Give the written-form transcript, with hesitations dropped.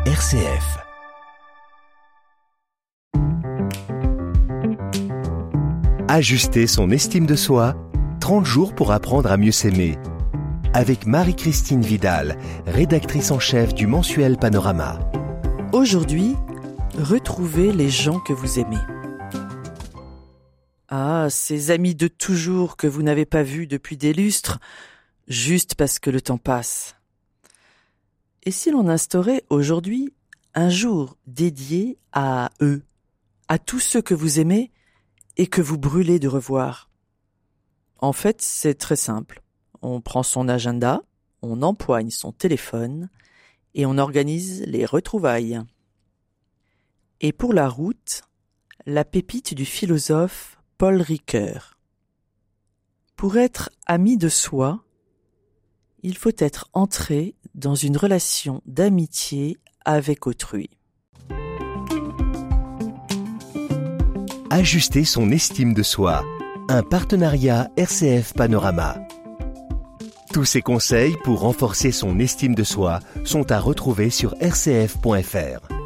RCF. Ajuster son estime de soi, 30 jours pour apprendre à mieux s'aimer. Avec Marie-Christine Vidal, rédactrice en chef du mensuel Panorama. Aujourd'hui, retrouvez les gens que vous aimez. Ah, ces amis de toujours que vous n'avez pas vus depuis des lustres, juste parce que le temps passe. Et si l'on instaurait aujourd'hui un jour dédié à eux, à tous ceux que vous aimez et que vous brûlez de revoir? En fait, c'est très simple. On prend son agenda, on empoigne son téléphone et on organise les retrouvailles. Et pour la route, la pépite du philosophe Paul Ricoeur. Pour être ami de soi, il faut être entré dans une relation d'amitié avec autrui. Ajuster son estime de soi. Un partenariat RCF Panorama. Tous ces conseils pour renforcer son estime de soi sont à retrouver sur rcf.fr.